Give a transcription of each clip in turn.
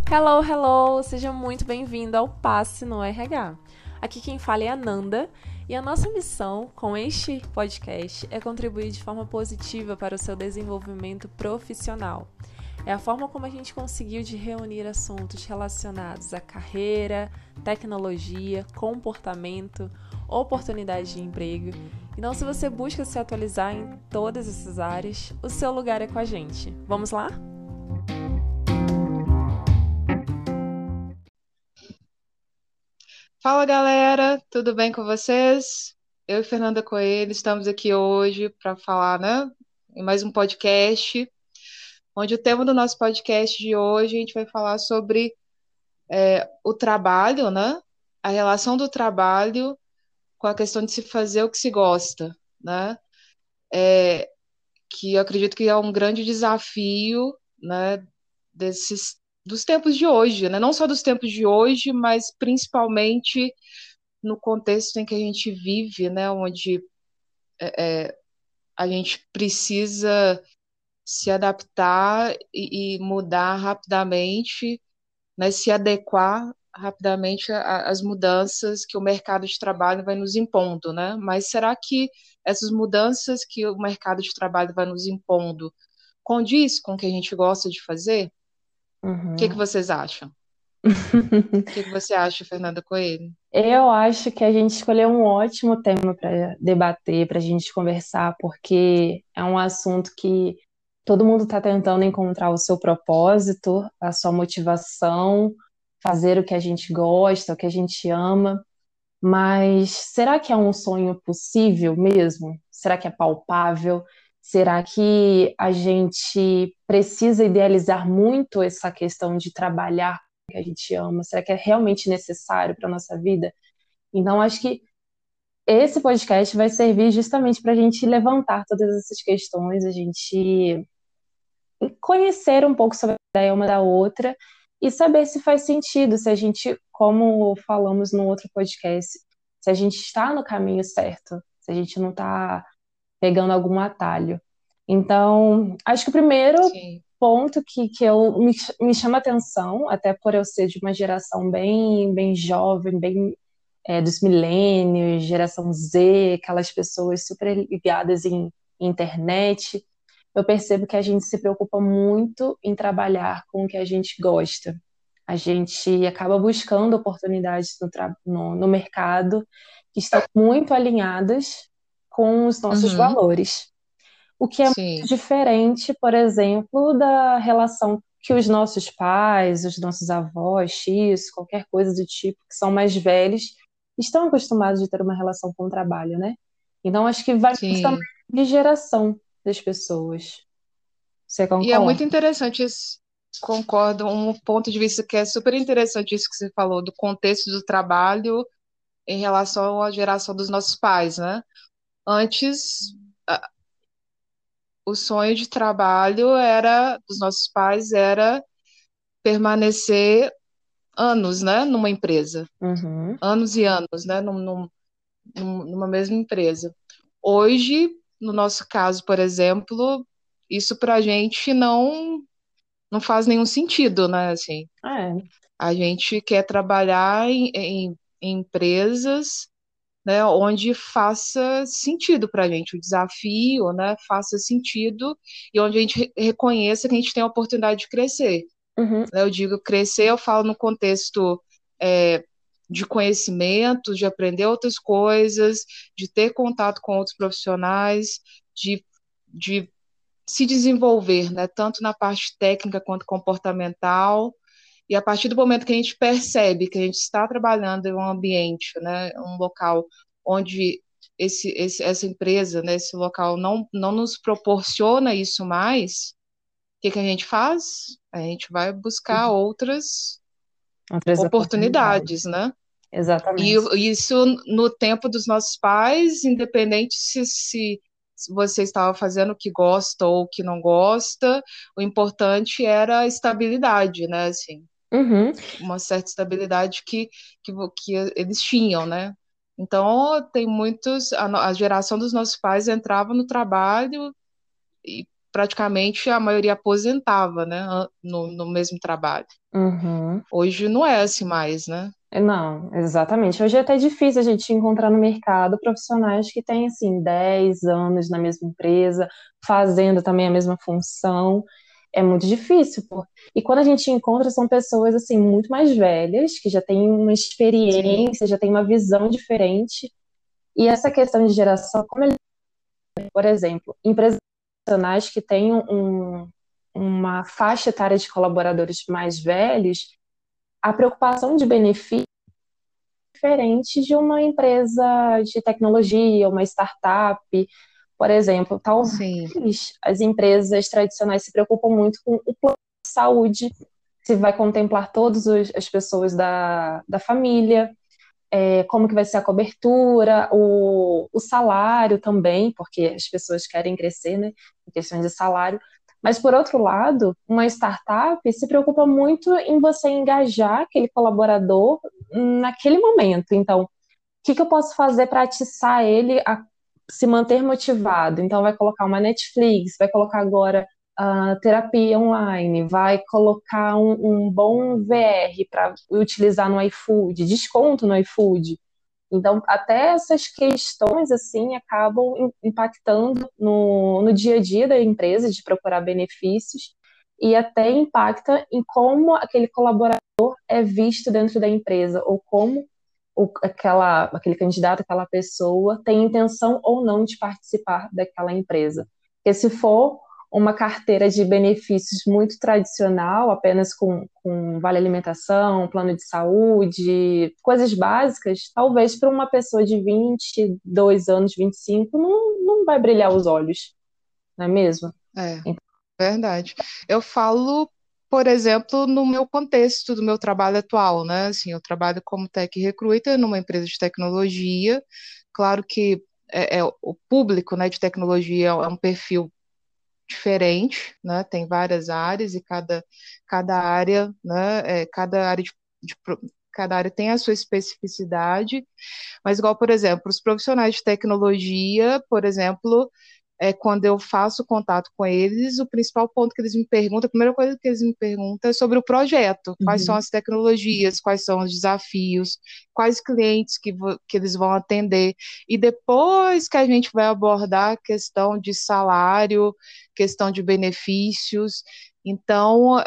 Hello, hello! Seja muito bem-vindo ao Passe no RH. Aqui quem fala é a Nanda e a nossa missão com este podcast é contribuir de forma positiva para o seu desenvolvimento profissional. É a forma como a gente conseguiu de reunir assuntos relacionados à carreira, tecnologia, comportamento, oportunidade de emprego. Então, se você busca se atualizar em todas essas áreas, o seu lugar é com a gente. Vamos lá? Fala galera, tudo bem com vocês? Eu e Fernanda Coelho estamos aqui hoje para falar, né, em mais um podcast, onde o tema do nosso podcast de hoje a gente vai falar sobre o trabalho, né, a relação do trabalho com a questão de se fazer o que se gosta, né, que eu acredito que é um grande desafio, né, dos tempos de hoje, né, não só dos tempos de hoje, mas principalmente no contexto em que a gente vive, né, onde a gente precisa se adaptar e mudar rapidamente, né, se adequar rapidamente às mudanças que o mercado de trabalho vai nos impondo, né? Mas será que essas mudanças que o mercado de trabalho vai nos impondo condiz com o que a gente gosta de fazer? O que Uhum. vocês acham? O que você acha, Fernanda Coelho? Eu acho que a gente escolheu um ótimo tema para debater, para a gente conversar, porque é um assunto que todo mundo está tentando encontrar o seu propósito, a sua motivação, fazer o que a gente gosta, o que a gente ama. Mas será que é um sonho possível mesmo? Será que é palpável? Será que a gente precisa idealizar muito essa questão de trabalhar com o que a gente ama? Será que é realmente necessário para a nossa vida? Então, acho que esse podcast vai servir justamente para a gente levantar todas essas questões, a gente conhecer um pouco sobre a ideia uma da outra e saber se faz sentido, se a gente, como falamos no outro podcast, se a gente está no caminho certo, se a gente não está pegando algum atalho. Então, acho que o primeiro Sim, ponto que me chama atenção, até por eu ser de uma geração bem jovem, bem dos milênios, geração Z, aquelas pessoas super ligadas em internet, eu percebo que a gente se preocupa muito em trabalhar com o que a gente gosta. A gente acaba buscando oportunidades no mercado que estão muito alinhadas com os nossos uhum, valores. O que é muito sim, diferente, por exemplo, da relação que os nossos pais, os nossos avós, tios, qualquer coisa do tipo, que são mais velhos, estão acostumados de ter uma relação com o trabalho, né? Então, acho que vai muito também sim. de geração das pessoas. Você E é concorda? muito interessante isso. Concordo, um ponto de vista que é super interessante isso que você falou, do contexto do trabalho em relação à geração dos nossos pais, né? Antes, o sonho de trabalho era dos nossos pais era permanecer anos, né, numa empresa, Uhum. anos e anos, né, numa mesma empresa. Hoje, no nosso caso, por exemplo, isso para a gente não faz nenhum sentido, né? Assim, É. a gente quer trabalhar em empresas, né, onde faça sentido para a gente, o desafio, né, faça sentido e onde a gente reconheça que a gente tem a oportunidade de crescer. Uhum. Né? Eu digo crescer, eu falo no contexto é, de conhecimento, de aprender outras coisas, de ter contato com outros profissionais, de se desenvolver, né, tanto na parte técnica quanto comportamental. E a partir do momento que a gente percebe que a gente está trabalhando em um ambiente, né, um local onde essa empresa, né, esse local não nos proporciona isso mais, que a gente faz? A gente vai buscar outras Outras oportunidades, oportunidades. né? E Exatamente. isso no tempo dos nossos pais, independente se você estava fazendo o que gosta ou o que não gosta, o importante era a estabilidade, né? Assim, Uhum. uma certa estabilidade que eles tinham, né? Então, tem muitos. A geração dos nossos pais entrava no trabalho e praticamente a maioria aposentava, né, no mesmo trabalho. Uhum. Hoje não é assim mais, né? Não, exatamente. Hoje é até difícil a gente encontrar no mercado profissionais que têm, assim, 10 anos na mesma empresa, fazendo também a mesma função. É muito difícil, pô. E quando a gente encontra, são pessoas, assim, muito mais velhas, que já têm uma Sim, experiência, já têm uma visão diferente. E essa questão de geração, como ele, por exemplo, empresas profissionais que têm uma faixa etária de colaboradores mais velhos, a preocupação de benefício diferente de uma empresa de tecnologia, uma startup, por exemplo. sim. Talvez as empresas tradicionais se preocupam muito com o plano de saúde, se vai contemplar todas as pessoas da família, como que vai ser a cobertura, o salário também, porque as pessoas querem crescer, né, em questões de salário. Mas, por outro lado, uma startup se preocupa muito em você engajar aquele colaborador naquele momento. Então, o que que eu posso fazer para atiçar ele a se manter motivado? Então, vai colocar uma Netflix, vai colocar agora terapia online, vai colocar um bom VR para utilizar no iFood, desconto no iFood. Então, até essas questões, assim, acabam impactando no dia a dia da empresa, de procurar benefícios, e até impacta em como aquele colaborador é visto dentro da empresa, ou como aquele candidato, aquela pessoa tem intenção ou não de participar daquela empresa. Porque se for uma carteira de benefícios muito tradicional, apenas com vale alimentação, plano de saúde, coisas básicas, talvez para uma pessoa de 22 anos, 25, não vai brilhar os olhos, não é mesmo? É, verdade. Eu falo, por exemplo, no meu contexto do meu trabalho atual, né? Assim, eu trabalho como tech recruiter numa empresa de tecnologia. Claro que o público, né, de tecnologia é um perfil diferente, né? Tem várias áreas e cada área, né, cada área tem a sua especificidade, mas igual, por exemplo, os profissionais de tecnologia, por exemplo, quando eu faço contato com eles, o principal ponto que eles me perguntam, a primeira coisa que eles me perguntam é sobre o projeto, quais são Uhum, as tecnologias, quais são os desafios, quais clientes que eles vão atender, e depois que a gente vai abordar a questão de salário, questão de benefícios, então,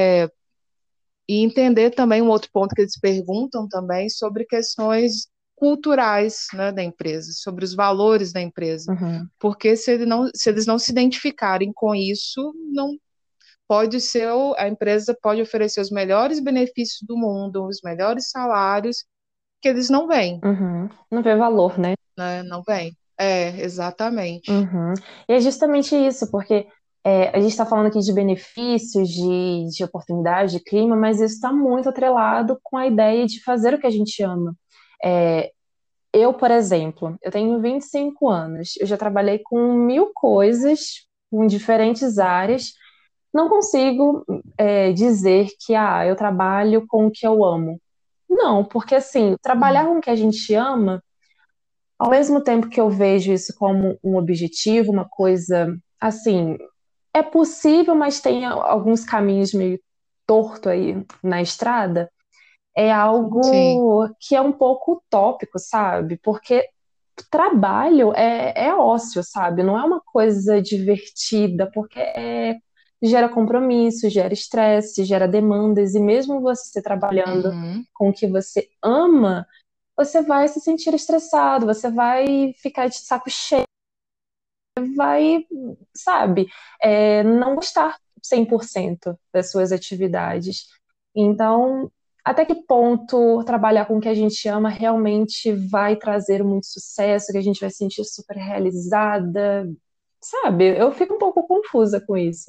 e entender também um outro ponto que eles perguntam também sobre questões culturais, né, da empresa, sobre os valores da empresa. uhum, Porque se eles não se identificarem com isso, não pode ser, a empresa pode oferecer os melhores benefícios do mundo, os melhores salários, que eles não veem, uhum. Não vê valor, né? né? Não veem. É, exatamente. Uhum. E é justamente isso, porque a gente está falando aqui de benefícios, de oportunidade, de clima, mas isso está muito atrelado com a ideia de fazer o que a gente ama. É, eu, por exemplo, eu tenho 25 anos, eu já trabalhei com mil coisas, em diferentes áreas, não consigo, dizer que eu trabalho com o que eu amo. Não, porque assim, trabalhar Uhum. com o que a gente ama ao mesmo tempo que eu vejo isso como um objetivo, uma coisa assim, é possível, mas tem alguns caminhos meio torto aí na estrada, é Sim. algo que é um pouco utópico, sabe? Porque trabalho é ócio, sabe? Não é uma coisa divertida, porque gera compromisso, gera estresse, gera demandas, e mesmo você trabalhando Uhum. com o que você ama, você vai se sentir estressado, você vai ficar de saco cheio, vai, sabe, não gostar 100% das suas atividades. Então, até que ponto trabalhar com o que a gente ama realmente vai trazer muito sucesso, que a gente vai se sentir super realizada, sabe? Eu fico um pouco confusa com isso.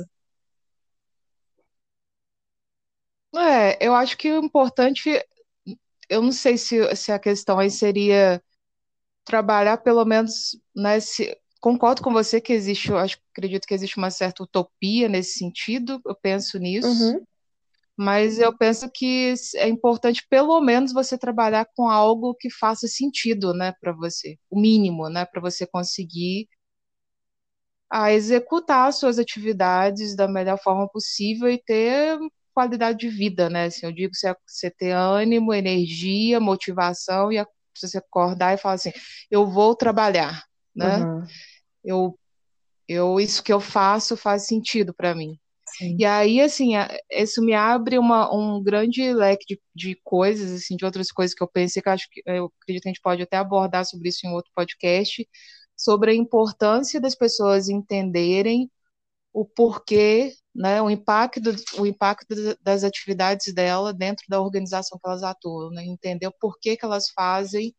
Eu acho que o importante, eu não sei se a questão aí seria trabalhar pelo menos, né, concordo com você que existe, eu acho, acredito que existe uma certa utopia nesse sentido, eu penso nisso, Uhum, mas eu penso que é importante pelo menos você trabalhar com algo que faça sentido, né, para você, o mínimo, né, para você conseguir a executar as suas atividades da melhor forma possível e ter qualidade de vida, né? Assim, eu digo você ter ânimo, energia, motivação e você acordar e falar assim, eu vou trabalhar, né? Uhum, Eu, isso que eu faço faz sentido para mim. sim. E aí, assim, isso me abre um grande leque de coisas, assim, de outras coisas que eu pensei, que eu acredito que a gente pode até abordar sobre isso em outro podcast, sobre a importância das pessoas entenderem o porquê, né, o impacto das atividades dela dentro da organização que elas atuam, né, entender o porquê que elas fazem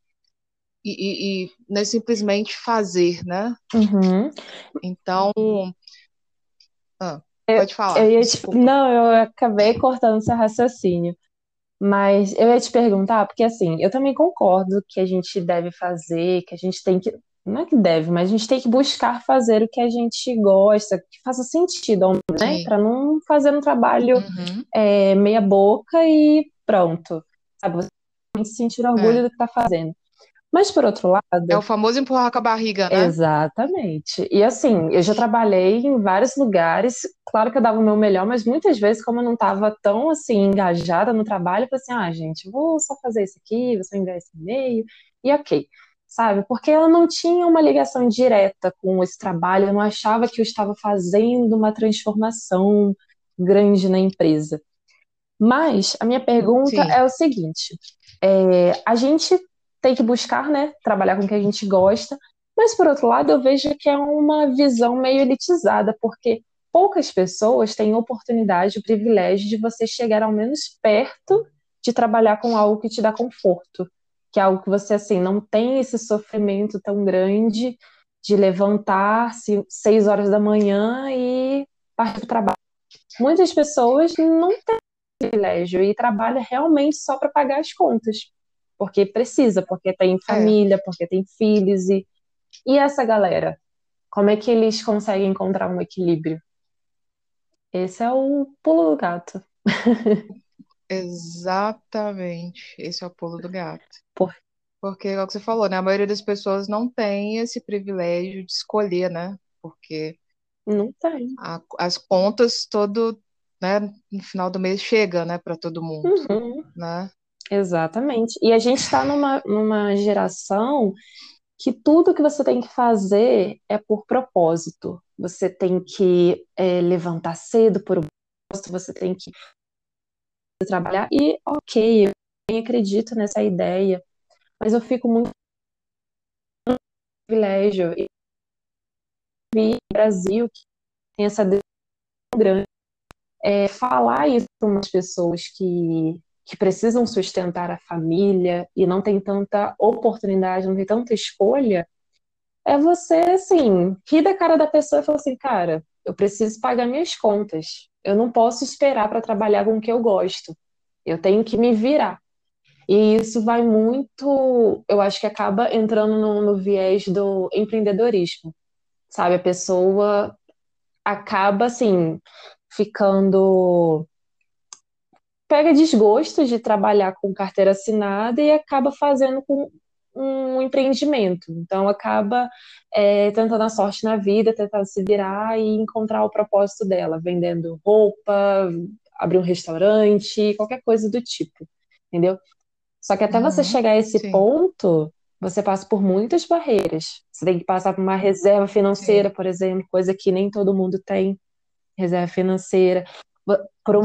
e não é simplesmente fazer, né? Uhum. Então, ah, Eu, pode eu falar, ia te... desculpa. Não, eu acabei cortando seu raciocínio. Mas eu ia te perguntar, porque assim, eu também concordo que a gente deve fazer, que a gente tem que. Não é que deve, mas a gente tem que buscar fazer o que a gente gosta, que faça sentido, né? Sim. Para não fazer um trabalho Uhum. meia boca e pronto. Sabe? Você tem que sentir orgulho É. do que está fazendo. Mas por outro É o lado, famoso empurrar com a barriga, né? exatamente. E assim, eu já trabalhei em vários lugares. Claro que eu dava o meu melhor, mas muitas vezes, como eu não estava tão assim engajada no trabalho, eu falei assim: ah, gente, vou só fazer isso aqui, vou só enviar esse e-mail, e ok. Sabe? Porque ela não tinha uma ligação direta com esse trabalho, eu não achava que eu estava fazendo uma transformação grande na empresa. Mas a minha pergunta Sim, é o seguinte: a gente tem que buscar, né, trabalhar com o que a gente gosta, mas por outro lado eu vejo que é uma visão meio elitizada, porque poucas pessoas têm oportunidade, o privilégio de você chegar ao menos perto de trabalhar com algo que te dá conforto, que é algo que você assim não tem esse sofrimento tão grande de levantar-se 6 horas da manhã e partir para o trabalho. Muitas pessoas não privilégio e trabalha realmente só para pagar as contas, porque precisa, porque tem é. família, porque tem filhos e essa galera, como é que eles conseguem encontrar um equilíbrio? Esse é o pulo do gato. Exatamente. Esse é o pulo do gato. Por... Porque, é o que você falou, né? A maioria das pessoas não tem esse privilégio de escolher, né? Porque Não tem. as contas todo, né, no final do mês chega, né, para todo mundo, Uhum, né? exatamente. E a gente está numa geração que tudo que você tem que fazer é por propósito. Você tem que levantar cedo por propósito, você tem que trabalhar. E ok, eu nem acredito nessa ideia, mas eu fico muito privilégio e vi no Brasil que tem essa decisão grande. Falar isso para umas pessoas que precisam sustentar a família e não tem tanta oportunidade, não tem tanta escolha, é você, assim, rir da cara da pessoa e falar assim, cara, eu preciso pagar minhas contas. Eu não posso esperar para trabalhar com o que eu gosto. Eu tenho que me virar. E isso vai muito, eu acho que acaba entrando no viés do empreendedorismo, sabe? A pessoa acaba assim ficando pega desgosto de trabalhar com carteira assinada e acaba fazendo com um empreendimento. Então acaba tentando a sorte na vida, tentando se virar e encontrar o propósito dela, vendendo roupa, abrir um restaurante, qualquer coisa do tipo, entendeu? Só que até você Uhum. chegar a esse Sim, ponto, você passa por muitas barreiras. Você tem que passar por uma reserva sim. financeira, por exemplo, coisa que nem todo mundo tem, reserva financeira, por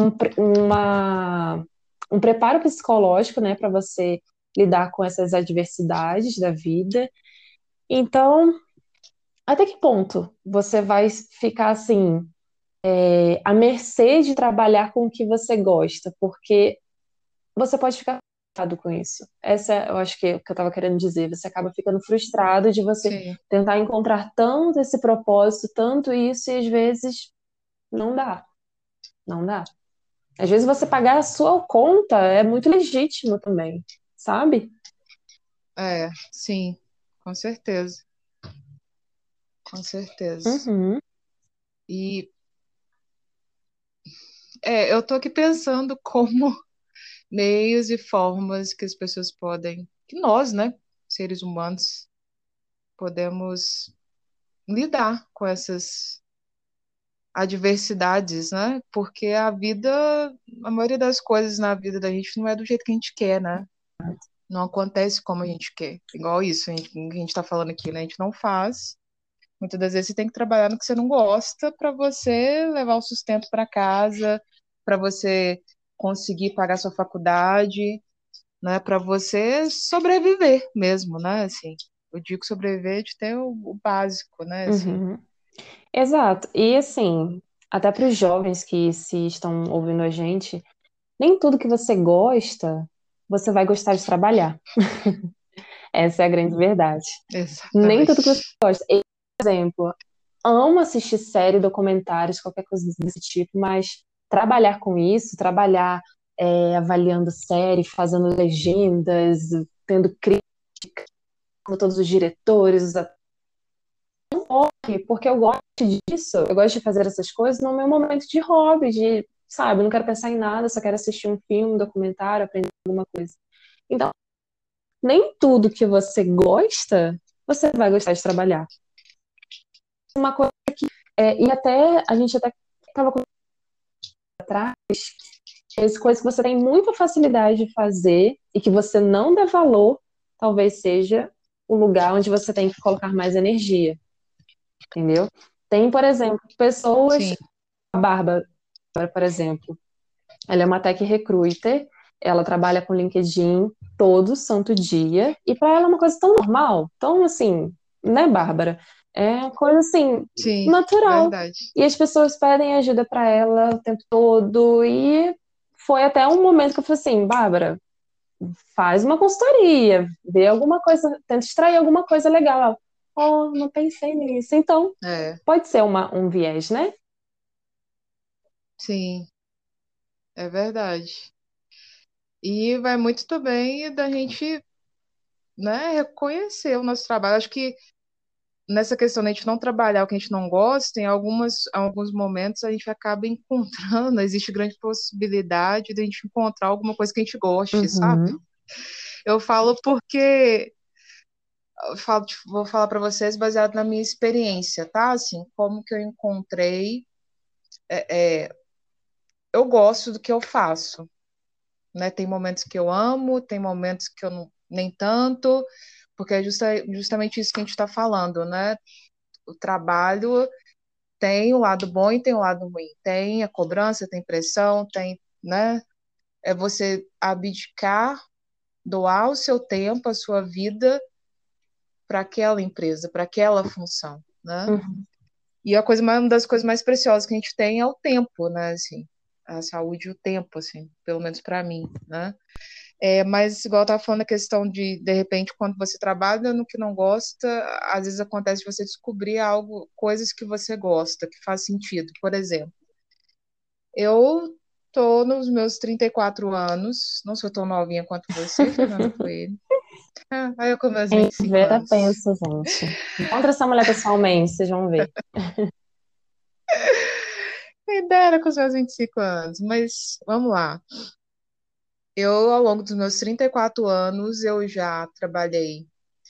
um preparo psicológico, né, para você lidar com essas adversidades da vida. Então, até que ponto você vai ficar assim, à mercê de trabalhar com o que você gosta? Porque você pode ficar frustrado com isso. Essa, eu acho que é o que eu estava querendo dizer. Você acaba ficando frustrado de você Sim. tentar encontrar tanto esse propósito, tanto isso, e às vezes não dá. Não dá. Às vezes você pagar a sua conta é muito legítimo também, sabe? Sim, com certeza, com certeza. Uhum. E eu tô aqui pensando como meios e formas que as pessoas podem, que nós, né, seres humanos, podemos, lidar com essas adversidades, né? Porque a vida, a maioria das coisas na vida da gente não é do jeito que a gente quer, né? Não acontece como a gente quer. Igual isso, a gente tá falando aqui, né? A gente não faz. Muitas das vezes você tem que trabalhar no que você não gosta para você levar o sustento para casa, para você conseguir pagar sua faculdade, né? Para você sobreviver mesmo, né? Assim, eu digo sobreviver de ter o básico, né? Assim, Uhum. Exato. E assim, até para os jovens que se estão ouvindo a gente, nem tudo que você gosta, você vai gostar de trabalhar. Essa é a grande verdade. Nem tudo que você exatamente. gosta. Eu, por exemplo, amo assistir série, documentários, qualquer coisa desse tipo, mas trabalhar com isso, trabalhar avaliando série, fazendo legendas, tendo crítica com todos os diretores, os atores, porque eu gosto disso, eu gosto de fazer essas coisas no meu momento de hobby, de, sabe, eu não quero pensar em nada, só quero assistir um filme, um documentário, aprender alguma coisa. Então, nem tudo que você gosta, você vai gostar de trabalhar. Uma coisa e até a gente até estava atrás, as coisas que você tem muita facilidade de fazer e que você não dá valor, talvez seja o lugar onde você tem que colocar mais energia, entendeu? Tem, por exemplo, pessoas, Sim, a Bárbara, por exemplo, ela é uma tech recruiter, ela trabalha com LinkedIn todo santo dia, e para ela é uma coisa tão normal, tão assim, né, Bárbara? É uma coisa assim, sim, natural. verdade. E as pessoas pedem ajuda para ela o tempo todo, e foi até um momento que eu falei assim, Bárbara, faz uma consultoria, vê alguma coisa, tenta extrair alguma coisa legal. Ela, oh, não pensei nisso. Então, É, pode ser um viés, né? sim, é verdade. E vai muito também da gente, né, reconhecer o nosso trabalho. Acho que nessa questão de a gente não trabalhar o que a gente não gosta, alguns momentos a gente acaba encontrando, existe grande possibilidade de a gente encontrar alguma coisa que a gente goste, sabe? Uhum, Eu falo porque vou falar para vocês baseado na minha experiência, tá? Assim, como que eu encontrei, eu gosto do que eu faço, né? Tem momentos que eu amo, tem momentos que eu não, nem tanto, porque é justamente isso que a gente está falando, né? O trabalho tem o lado bom e tem o lado ruim. Tem a cobrança, tem pressão, tem, né? É você abdicar, doar o seu tempo, a sua vida para aquela empresa, para aquela função, né? uhum. E uma das coisas mais preciosas que a gente tem é o tempo, né? Assim, a saúde e o tempo, assim, pelo menos para mim, né? Mas, igual eu estava falando, a questão de repente, quando você trabalha no que não gosta, às vezes acontece de você descobrir algo, coisas que você gosta, que faz sentido. Por exemplo, eu tô nos meus 34 anos, não sou tão novinha quanto você, Fernanda Coelho. Aí eu com meus Quem 25 Vera anos. pensa, gente. Encontra essa mulher pessoalmente, vocês vão ver. Quem dera com os meus 25 anos, mas vamos lá. Eu, ao longo dos meus 34 anos, eu já trabalhei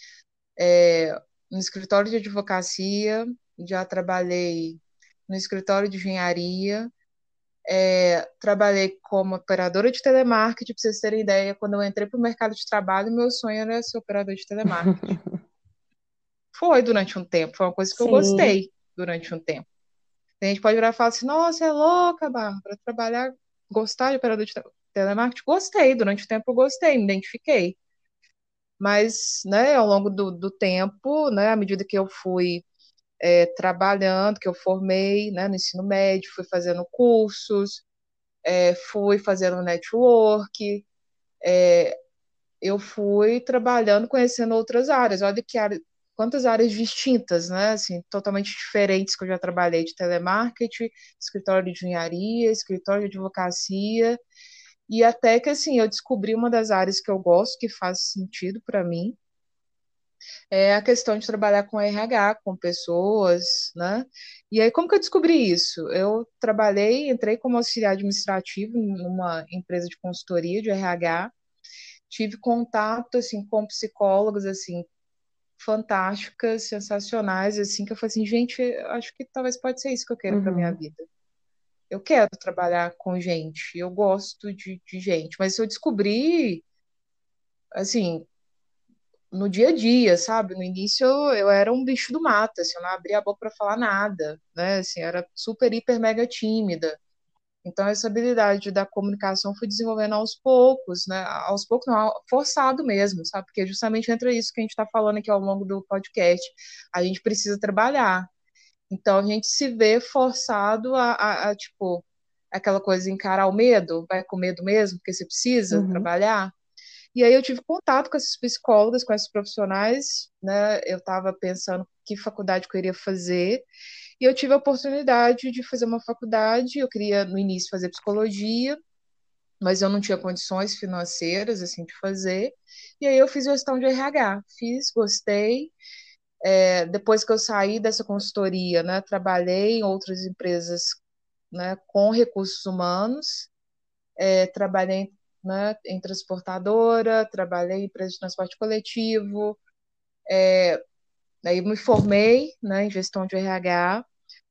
no escritório de advocacia, já trabalhei no escritório de engenharia, trabalhei como operadora de telemarketing, para vocês terem ideia, quando eu entrei para o mercado de trabalho, meu sonho era ser operador de telemarketing. Foi durante um tempo, foi uma coisa que eu Sim, gostei durante um tempo. A gente pode virar e falar assim, nossa, é louca, Bárbara, trabalhar, gostar de operador de telemarketing? Gostei, durante o tempo eu gostei, me identifiquei. Mas, né, ao longo do tempo, né, à medida que eu fui trabalhando, que eu formei, né, no ensino médio, fui fazendo cursos, fui fazendo network, eu fui trabalhando, conhecendo outras áreas. Olha que área, quantas áreas distintas, né, assim, totalmente diferentes que eu já trabalhei, de telemarketing, escritório de engenharia, escritório de advocacia, e até que, assim, eu descobri uma das áreas que eu gosto, que faz sentido para mim, é a questão de trabalhar com RH, com pessoas, né? E aí, como que eu descobri isso? Eu trabalhei, entrei como auxiliar administrativo numa empresa de consultoria de RH, tive contato, assim, com psicólogos, assim, fantásticas, sensacionais, assim, que eu falei assim, gente, acho que talvez pode ser isso que eu quero para minha Uhum. vida. Eu quero trabalhar com gente, eu gosto de gente, mas eu descobri, assim, no dia a dia, sabe? No início eu era um bicho do mato, assim, eu não abria a boca para falar nada, né? Assim, eu era super, hiper, mega tímida. Então, essa habilidade da comunicação fui desenvolvendo aos poucos, né? Aos poucos, não, forçado mesmo, sabe? Porque justamente entra isso que a gente está falando aqui ao longo do podcast. A gente precisa trabalhar. Então, a gente se vê forçado tipo, aquela coisa, encarar o medo, vai com medo mesmo, porque você precisa Uhum. trabalhar. E aí eu tive contato com essas psicólogas, com esses profissionais, né? Eu estava pensando que faculdade que eu iria fazer, e eu tive a oportunidade de fazer uma faculdade. Eu queria, no início, fazer psicologia, mas eu não tinha condições financeiras, assim, de fazer. E aí eu fiz gestão de RH. Fiz, gostei. Depois que eu saí dessa consultoria, né, trabalhei em outras empresas, né, com recursos humanos. Trabalhei, né, em transportadora, trabalhei em empresa de transporte coletivo. Aí me formei, né, em gestão de RH.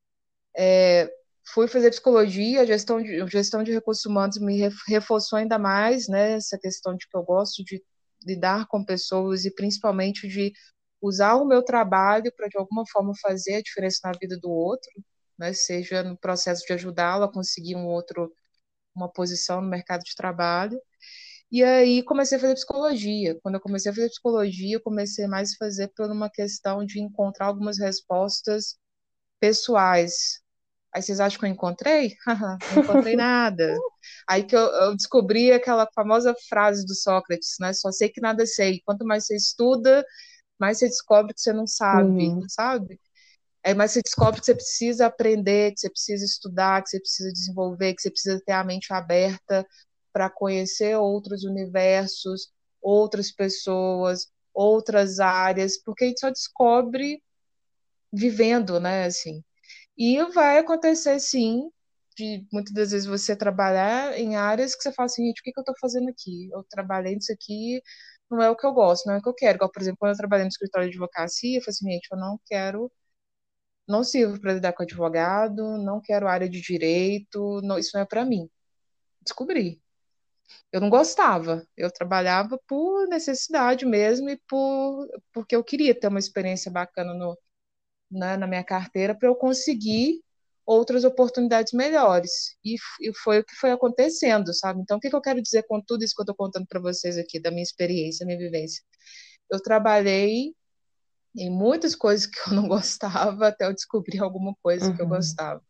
Fui fazer psicologia, gestão de recursos humanos me reforçou ainda mais, né, essa questão de que eu gosto de lidar com pessoas e principalmente de usar o meu trabalho para de alguma forma fazer a diferença na vida do outro, né, seja no processo de ajudá-lo a conseguir uma posição no mercado de trabalho. E aí comecei a fazer psicologia. Quando eu comecei a fazer psicologia, eu comecei mais a fazer por uma questão de encontrar algumas respostas pessoais. Aí vocês acham que eu encontrei? Não encontrei nada. Aí que eu descobri aquela famosa frase do Sócrates, né? Só sei que nada sei. Quanto mais você estuda, mais você descobre que você não sabe, Uhum. sabe? Aí mais você descobre que você precisa aprender, que você precisa estudar, que você precisa desenvolver, que você precisa ter a mente aberta para conhecer outros universos, outras pessoas, outras áreas, porque a gente só descobre vivendo, né? Assim. E vai acontecer, sim, de muitas das vezes você trabalhar em áreas que você fala assim, gente, o que que eu estou fazendo aqui? Eu trabalhei nisso aqui, não é o que eu gosto, não é o que eu quero. Igual, por exemplo, quando eu trabalhei no escritório de advocacia, eu falei assim, gente, eu não quero, não sirvo para lidar com advogado, não quero área de direito, não, isso não é para mim. Descobri. Eu não gostava, eu trabalhava por necessidade mesmo e porque eu queria ter uma experiência bacana no, né, na minha carteira para eu conseguir outras oportunidades melhores. E foi o que foi acontecendo, sabe? Então, o que que eu quero dizer com tudo isso que eu estou contando para vocês aqui, da minha experiência, da minha vivência? Eu trabalhei em muitas coisas que eu não gostava até eu descobrir alguma coisa que eu Uhum. gostava.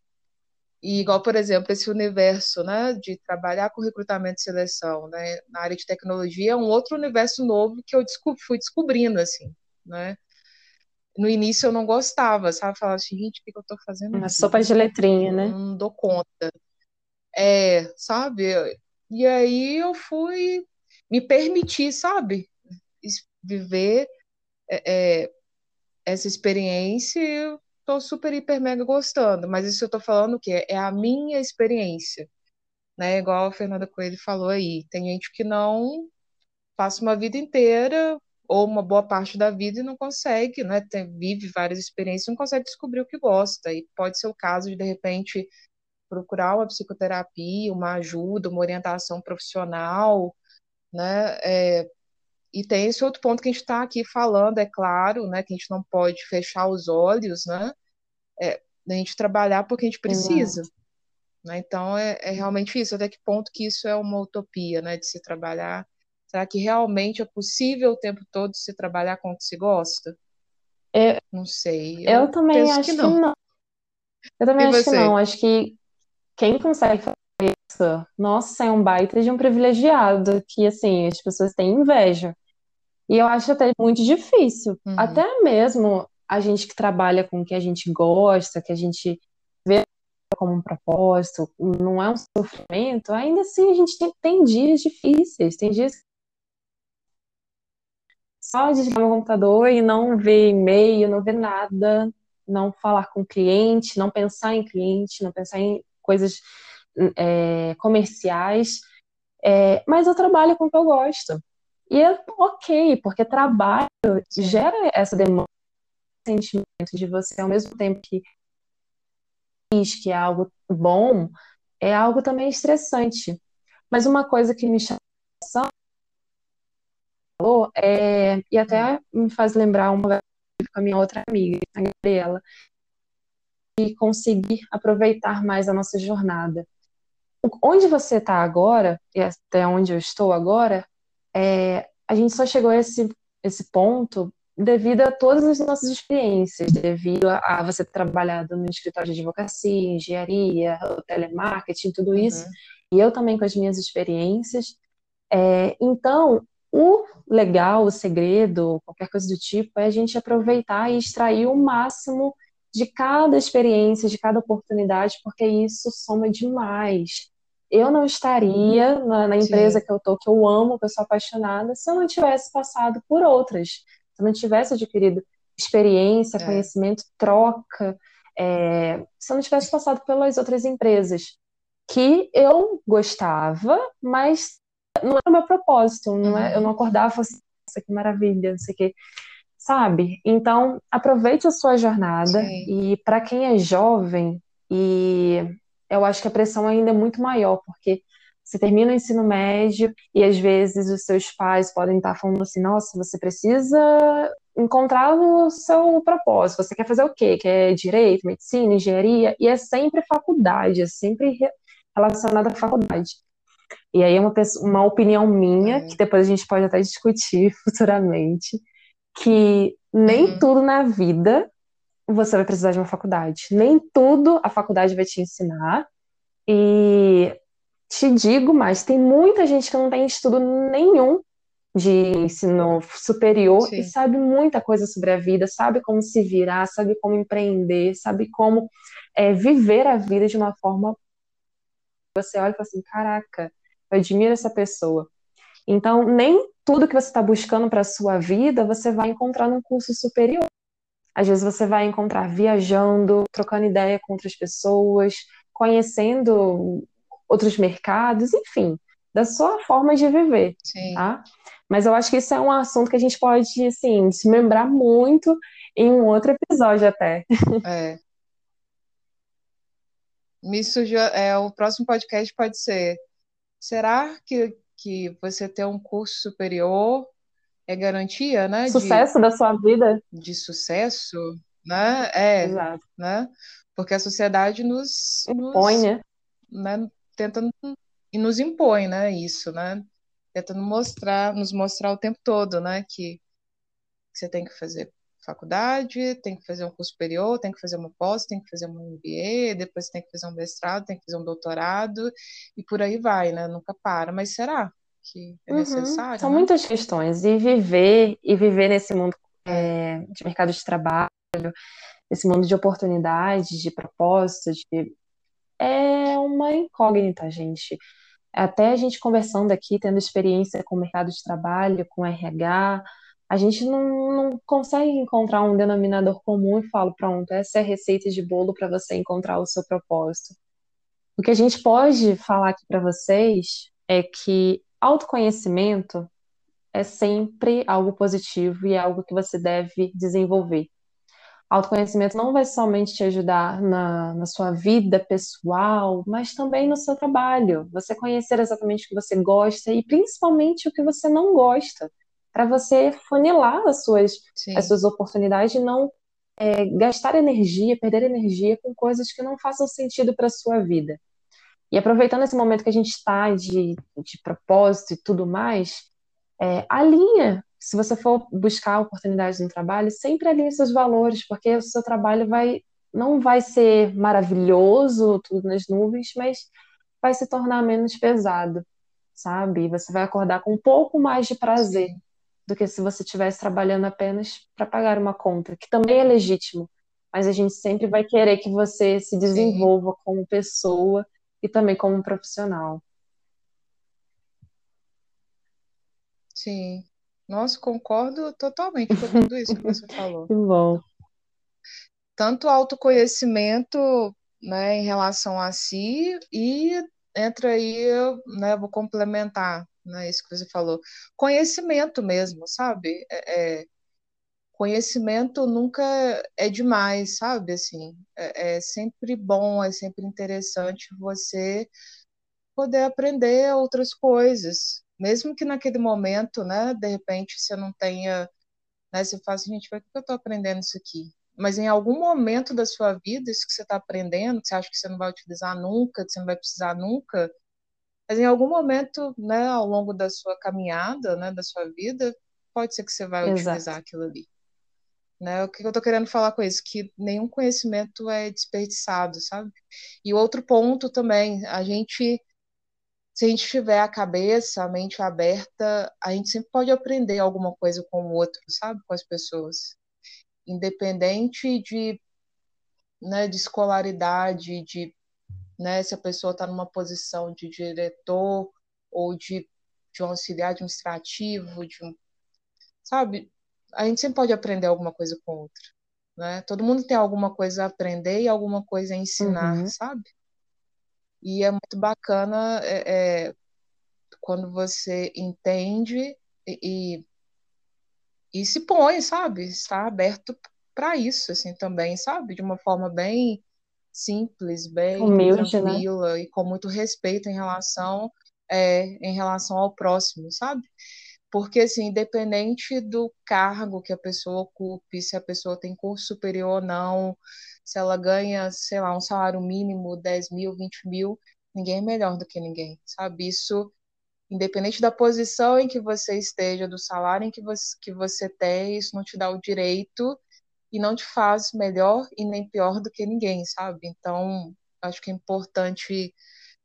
E igual, por exemplo, esse universo, né, de trabalhar com recrutamento e seleção, né, na área de tecnologia é um outro universo novo que eu fui descobrindo, assim, né? No início eu não gostava, sabe? Falava assim, gente, o que que eu tô fazendo Uma aqui? sopa de letrinha, Eu né? não dou conta. Sabe? E aí eu fui me permitir, sabe? Viver essa experiência e eu tô super, hiper, mega gostando. Mas isso eu tô falando o quê? É a minha experiência, né? Igual a Fernanda Coelho falou aí. Tem gente que não passa uma vida inteira ou uma boa parte da vida e não consegue, né? Vive várias experiências e não consegue descobrir o que gosta. E pode ser o caso de repente, procurar uma psicoterapia, uma ajuda, uma orientação profissional, né? E tem esse outro ponto que a gente está aqui falando, é claro, né? Que a gente não pode fechar os olhos, né? Da gente trabalhar porque a gente precisa, Exato. né? Então é realmente isso. Até que ponto que isso é uma utopia, né? De se trabalhar. Será que realmente é possível o tempo todo se trabalhar com o que se gosta? Eu, Não sei. eu Eu também penso que acho que não. não. Eu também E acho que você? não. Acho que quem consegue fazer isso, nossa, é um baita de um privilegiado, que assim, as pessoas têm inveja. E eu acho até muito difícil. Uhum. Até mesmo a gente que trabalha com o que a gente gosta, que a gente vê como um propósito, não é um sofrimento, ainda assim a gente tem dias difíceis, tem dias que só desligar meu computador e não ver e-mail, não ver nada, não falar com o cliente, não pensar em cliente, não pensar em coisas comerciais, mas eu trabalho com o que eu gosto. E é ok, porque trabalho sim, gera essa demanda, sentimento de você, ao mesmo tempo que diz que é algo bom, é algo também estressante. Mas uma coisa que me chamou e hum, até me faz lembrar uma vez com a minha outra amiga, a Gabriela, e conseguir aproveitar mais a nossa jornada. Onde você está agora, e até onde eu estou agora, a gente só chegou a esse ponto devido a todas as nossas experiências, devido a você ter trabalhado no escritório de advocacia, engenharia, telemarketing, tudo isso, uhum, e eu também com as minhas experiências. Então, o legal, o segredo, qualquer coisa do tipo, é a gente aproveitar e extrair o máximo de cada experiência, de cada oportunidade, porque isso soma demais. Eu não estaria na empresa sim, que eu tô, que eu amo, que eu sou apaixonada, se eu não tivesse passado por outras, se eu não tivesse adquirido experiência, é, conhecimento, troca, se eu não tivesse passado pelas outras empresas que eu gostava, mas não era o meu propósito, não é, eu não uhum, acordava e falava assim, nossa, que maravilha, não sei o quê, sabe? Então, aproveite a sua jornada sim, e para quem é jovem, e eu acho que a pressão ainda é muito maior, porque você termina o ensino médio e às vezes os seus pais podem estar falando assim, nossa, você precisa encontrar o seu propósito, você quer fazer o quê? Quer direito, medicina, engenharia? E é sempre faculdade, é sempre relacionado à faculdade. E aí é uma opinião minha, que é, depois a gente pode até discutir futuramente, que nem uhum, tudo na vida você vai precisar de uma faculdade. Nem tudo a faculdade vai te ensinar. E te digo mais, tem muita gente que não tem estudo nenhum de ensino superior e sim, sabe muita coisa sobre a vida, sabe como se virar, sabe como empreender, sabe como viver a vida de uma forma que você olha e fala assim, caraca, eu admiro essa pessoa. Então, nem tudo que você está buscando para a sua vida você vai encontrar num curso superior. Às vezes você vai encontrar viajando, trocando ideia com outras pessoas, conhecendo outros mercados, enfim, da sua forma de viver, sim, tá? Mas eu acho que isso é um assunto que a gente pode, assim, desmembrar muito em um outro episódio até. é. Me surgiu, o próximo podcast pode ser, será que você ter um curso superior é garantia, né, Sucesso da sua vida? de sucesso, né? É, Exato. né? Porque a sociedade Impõe, né? né, tenta e nos impõe, né, isso, né? Tenta nos mostrar o tempo todo, né, que você tem que fazer faculdade, tem que fazer um curso superior, tem que fazer uma pós, tem que fazer um MBA, depois tem que fazer um mestrado, tem que fazer um doutorado, e por aí vai, né? Nunca para. Mas será que é Uhum. necessário, São né? muitas questões. E viver nesse mundo É, de mercado de trabalho, nesse mundo de oportunidades, de propósitos, é uma incógnita, gente. Até a gente conversando aqui, tendo experiência com o mercado de trabalho, com RH, a gente não consegue encontrar um denominador comum e fala, pronto, essa é a receita de bolo para você encontrar o seu propósito. O que a gente pode falar aqui para vocês é que autoconhecimento é sempre algo positivo e é algo que você deve desenvolver. Autoconhecimento não vai somente te ajudar na sua vida pessoal, mas também no seu trabalho. Você conhecer exatamente o que você gosta e principalmente o que você não gosta, para você funilar as sim, suas oportunidades e não gastar energia, perder energia com coisas que não façam sentido para a sua vida. E aproveitando esse momento que a gente está de propósito e tudo mais, alinha. Se você for buscar oportunidades no trabalho, sempre alinhe seus valores, porque o seu trabalho não vai ser maravilhoso, tudo nas nuvens, mas vai se tornar menos pesado, sabe? Você vai acordar com um pouco mais de prazer sim, do que se você estivesse trabalhando apenas para pagar uma conta, que também é legítimo, mas a gente sempre vai querer que você se sim, desenvolva como pessoa e também como profissional. sim. Nossa, concordo totalmente com tudo isso que você falou. Que bom. Tanto autoconhecimento, né, em relação a si e entra aí, né, vou complementar, né, isso que você falou, conhecimento mesmo, sabe? conhecimento nunca é demais, sabe? Assim, é sempre bom, é sempre interessante você poder aprender outras coisas, mesmo que naquele momento, né, de repente você não tenha, né, você fala assim, gente, por que eu estou aprendendo isso aqui? Mas em algum momento da sua vida, isso que você está aprendendo, que você acha que você não vai utilizar nunca, que você não vai precisar nunca, mas em algum momento, né, ao longo da sua caminhada, né, da sua vida, pode ser que você vai utilizar Exato. aquilo ali. Né? O que eu estou querendo falar com isso? Que nenhum conhecimento é desperdiçado, sabe? E outro ponto também, se a gente tiver a cabeça, a mente aberta, a gente sempre pode aprender alguma coisa com o outro, sabe? Com as pessoas. Independente né, de escolaridade, né, se a pessoa está numa posição de diretor ou de um auxiliar administrativo, sabe? A gente sempre pode aprender alguma coisa com o outro, né? Todo mundo tem alguma coisa a aprender e alguma coisa a ensinar, Uhum. sabe? E é muito bacana quando você entende e, e se põe, sabe? Está aberto para isso, assim, também, sabe? De uma forma bem simples, bem Humilde, né? tranquila e com muito respeito em relação ao próximo, sabe? Porque, assim, independente do cargo que a pessoa ocupe, se a pessoa tem curso superior ou não, se ela ganha, sei lá, um salário mínimo, 10 mil, 20 mil, ninguém é melhor do que ninguém, sabe? Isso, independente da posição em que você esteja, do salário em que você tem, isso não te dá o direito e não te faz melhor e nem pior do que ninguém, sabe? Então, acho que é importante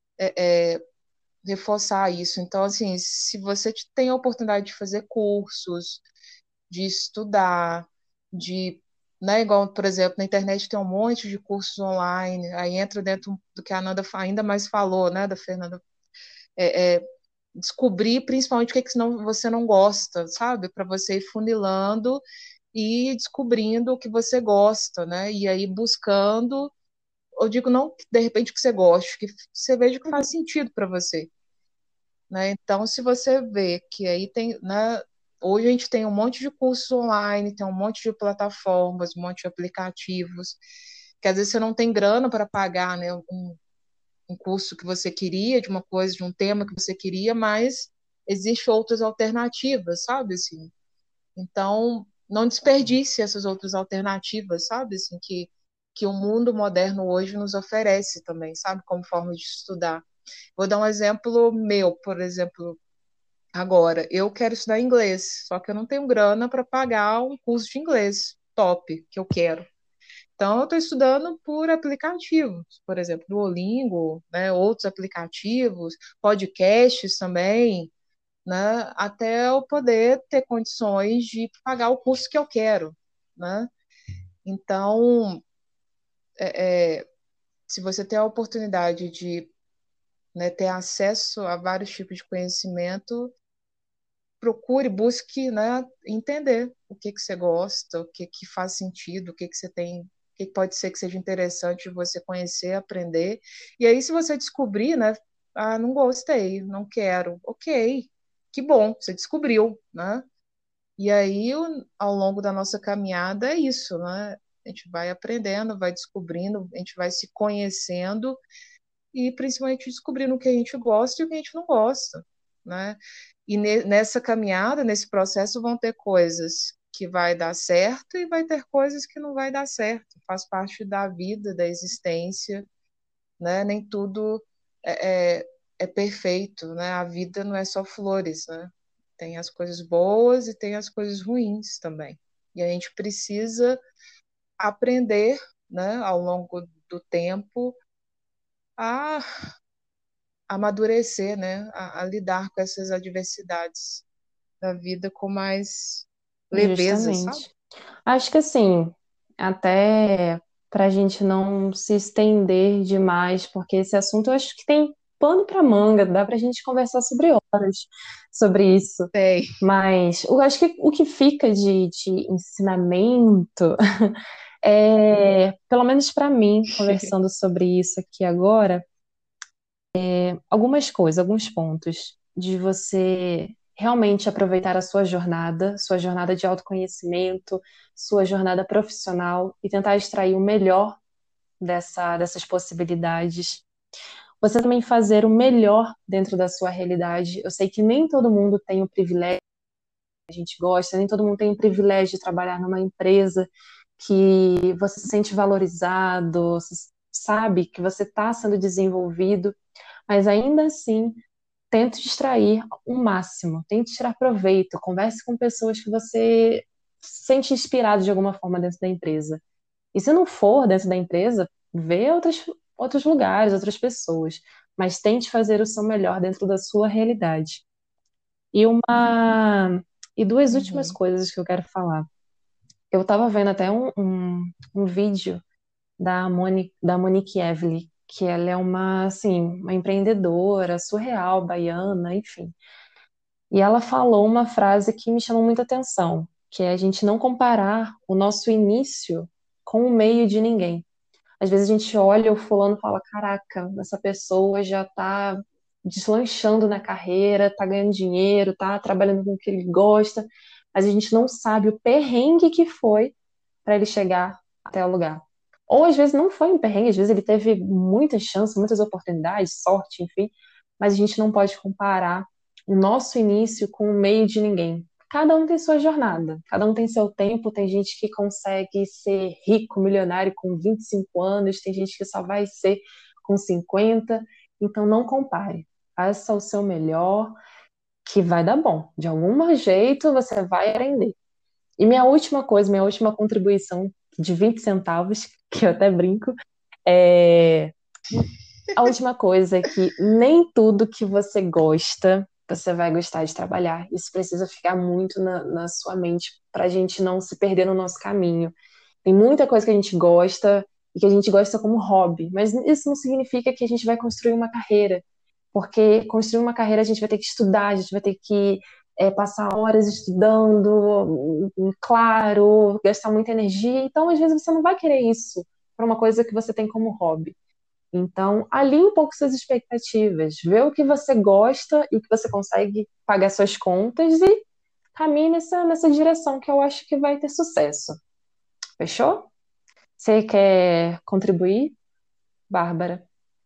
reforçar isso. Então, assim, se você tem a oportunidade de fazer cursos, de estudar, de, né, igual, por exemplo, na internet tem um monte de cursos online, aí entra dentro do que a Ananda ainda mais falou, né, da Fernanda, é, é, descobrir principalmente o que, que não, você não gosta, sabe? Para você ir funilando e descobrindo o que você gosta, né? E aí buscando, eu digo não de repente que você goste, que você veja que faz sentido para você, né? Então, se você vê que aí tem, né, hoje a gente tem um monte de cursos online, tem um monte de plataformas, um monte de aplicativos, que às vezes você não tem grana para pagar, né, um curso que você queria, de uma coisa, de um tema que você queria, mas existem outras alternativas, sabe, assim. Então, não desperdice essas outras alternativas, sabe, assim, que o mundo moderno hoje nos oferece também, sabe, como forma de estudar. Vou dar um exemplo meu, por exemplo, agora, eu quero estudar inglês, só que eu não tenho grana para pagar um curso de inglês top que eu quero. Então, eu estou estudando por aplicativos, por exemplo, Duolingo, né, outros aplicativos, podcasts também, né, até eu poder ter condições de pagar o curso que eu quero, né? Então, se você tem a oportunidade de, né, ter acesso a vários tipos de conhecimento, procure, busque, né, entender o que que você gosta, o que que faz sentido, o que que você tem, o que que pode ser que seja interessante você conhecer, aprender. E aí, se você descobrir, né, ah, não gostei, não quero, ok, que bom, você descobriu, né? E aí, ao longo da nossa caminhada, é isso, né? A gente vai aprendendo, vai descobrindo, a gente vai se conhecendo e principalmente descobrindo o que a gente gosta e o que a gente não gosta, né? E nessa caminhada, nesse processo, vão ter coisas que vai dar certo e vai ter coisas que não vai dar certo. Faz parte da vida, da existência, né? Nem tudo é, é perfeito, né? A vida não é só flores, né? Tem as coisas boas e tem as coisas ruins também. E a gente precisa aprender, né, ao longo do tempo a amadurecer, né, a lidar com essas adversidades da vida com mais leveza, sabe? Justamente. Acho que assim, até para a gente não se estender demais, porque esse assunto eu acho que tem pano para manga, dá para a gente conversar sobre horas sobre isso. Tem. Mas eu acho que o que fica de ensinamento é, pelo menos para mim, conversando sobre isso aqui agora, algumas coisas, alguns pontos de você realmente aproveitar a sua jornada de autoconhecimento, sua jornada profissional e tentar extrair o melhor dessas possibilidades. Você também fazer o melhor dentro da sua realidade. Eu sei que nem todo mundo tem o privilégio que a gente gosta, nem todo mundo tem o privilégio de trabalhar numa empresa que você se sente valorizado, você sabe que você está sendo desenvolvido, mas ainda assim, tente extrair o máximo, tente tirar proveito, converse com pessoas que você se sente inspirado de alguma forma dentro da empresa. E se não for dentro da empresa, vê outros lugares, outras pessoas, mas tente fazer o seu melhor dentro da sua realidade. E e duas últimas Uhum. coisas que eu quero falar. Eu estava vendo até um vídeo da Monique Evely, que ela é uma empreendedora surreal, baiana, enfim. E ela falou uma frase que me chamou muita atenção, que é a gente não comparar o nosso início com o meio de ninguém. Às vezes a gente olha o fulano e fala, caraca, essa pessoa já está deslanchando na carreira, está ganhando dinheiro, está trabalhando com o que ele gosta, mas a gente não sabe o perrengue que foi para ele chegar até o lugar. Ou às vezes não foi um perrengue, às vezes ele teve muitas chances, muitas oportunidades, sorte, enfim, mas a gente não pode comparar o nosso início com o meio de ninguém. Cada um tem sua jornada, cada um tem seu tempo. Tem gente que consegue ser rico, milionário com 25 anos, tem gente que só vai ser com 50. Então não compare. Faça o seu melhor, que vai dar bom. De algum jeito você vai aprender. E minha última coisa, minha última contribuição de 20 centavos, que eu até brinco, é a última coisa é que nem tudo que você gosta, você vai gostar de trabalhar. Isso precisa ficar muito na sua mente para a gente não se perder no nosso caminho. Tem muita coisa que a gente gosta e que a gente gosta como hobby, mas isso não significa que a gente vai construir uma carreira, porque construir uma carreira a gente vai ter que estudar, a gente vai ter que passar horas estudando, claro, gastar muita energia. Então, às vezes, você não vai querer isso para uma coisa que você tem como hobby. Então, alinhe um pouco suas expectativas, vê o que você gosta e o que você consegue pagar suas contas e caminhe nessa direção que eu acho que vai ter sucesso. Fechou? Você quer contribuir, Bárbara?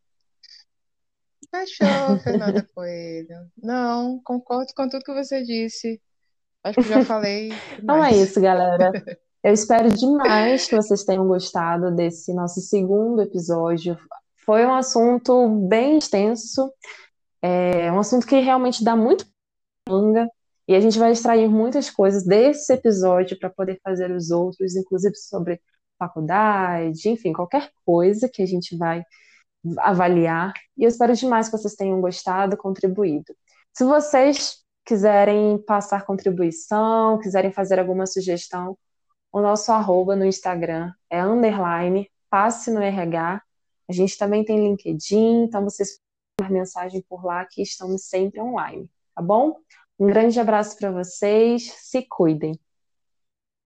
Fechou, Fernanda Coelho. Não, concordo com tudo que você disse. Acho que já falei Então é demais. isso, galera. Eu espero demais que vocês tenham gostado desse nosso segundo episódio. Foi um assunto bem extenso, é um assunto que realmente dá muito manga, e a gente vai extrair muitas coisas desse episódio para poder fazer os outros, inclusive sobre faculdade, enfim, qualquer coisa que a gente vai avaliar. E eu espero demais que vocês tenham gostado, contribuído. Se vocês quiserem passar contribuição, quiserem fazer alguma sugestão, o nosso arroba no Instagram é underline, passe no RH. A gente também tem LinkedIn, então vocês podem mandar mensagem por lá que estamos sempre online, tá bom? Um grande abraço para vocês, se cuidem.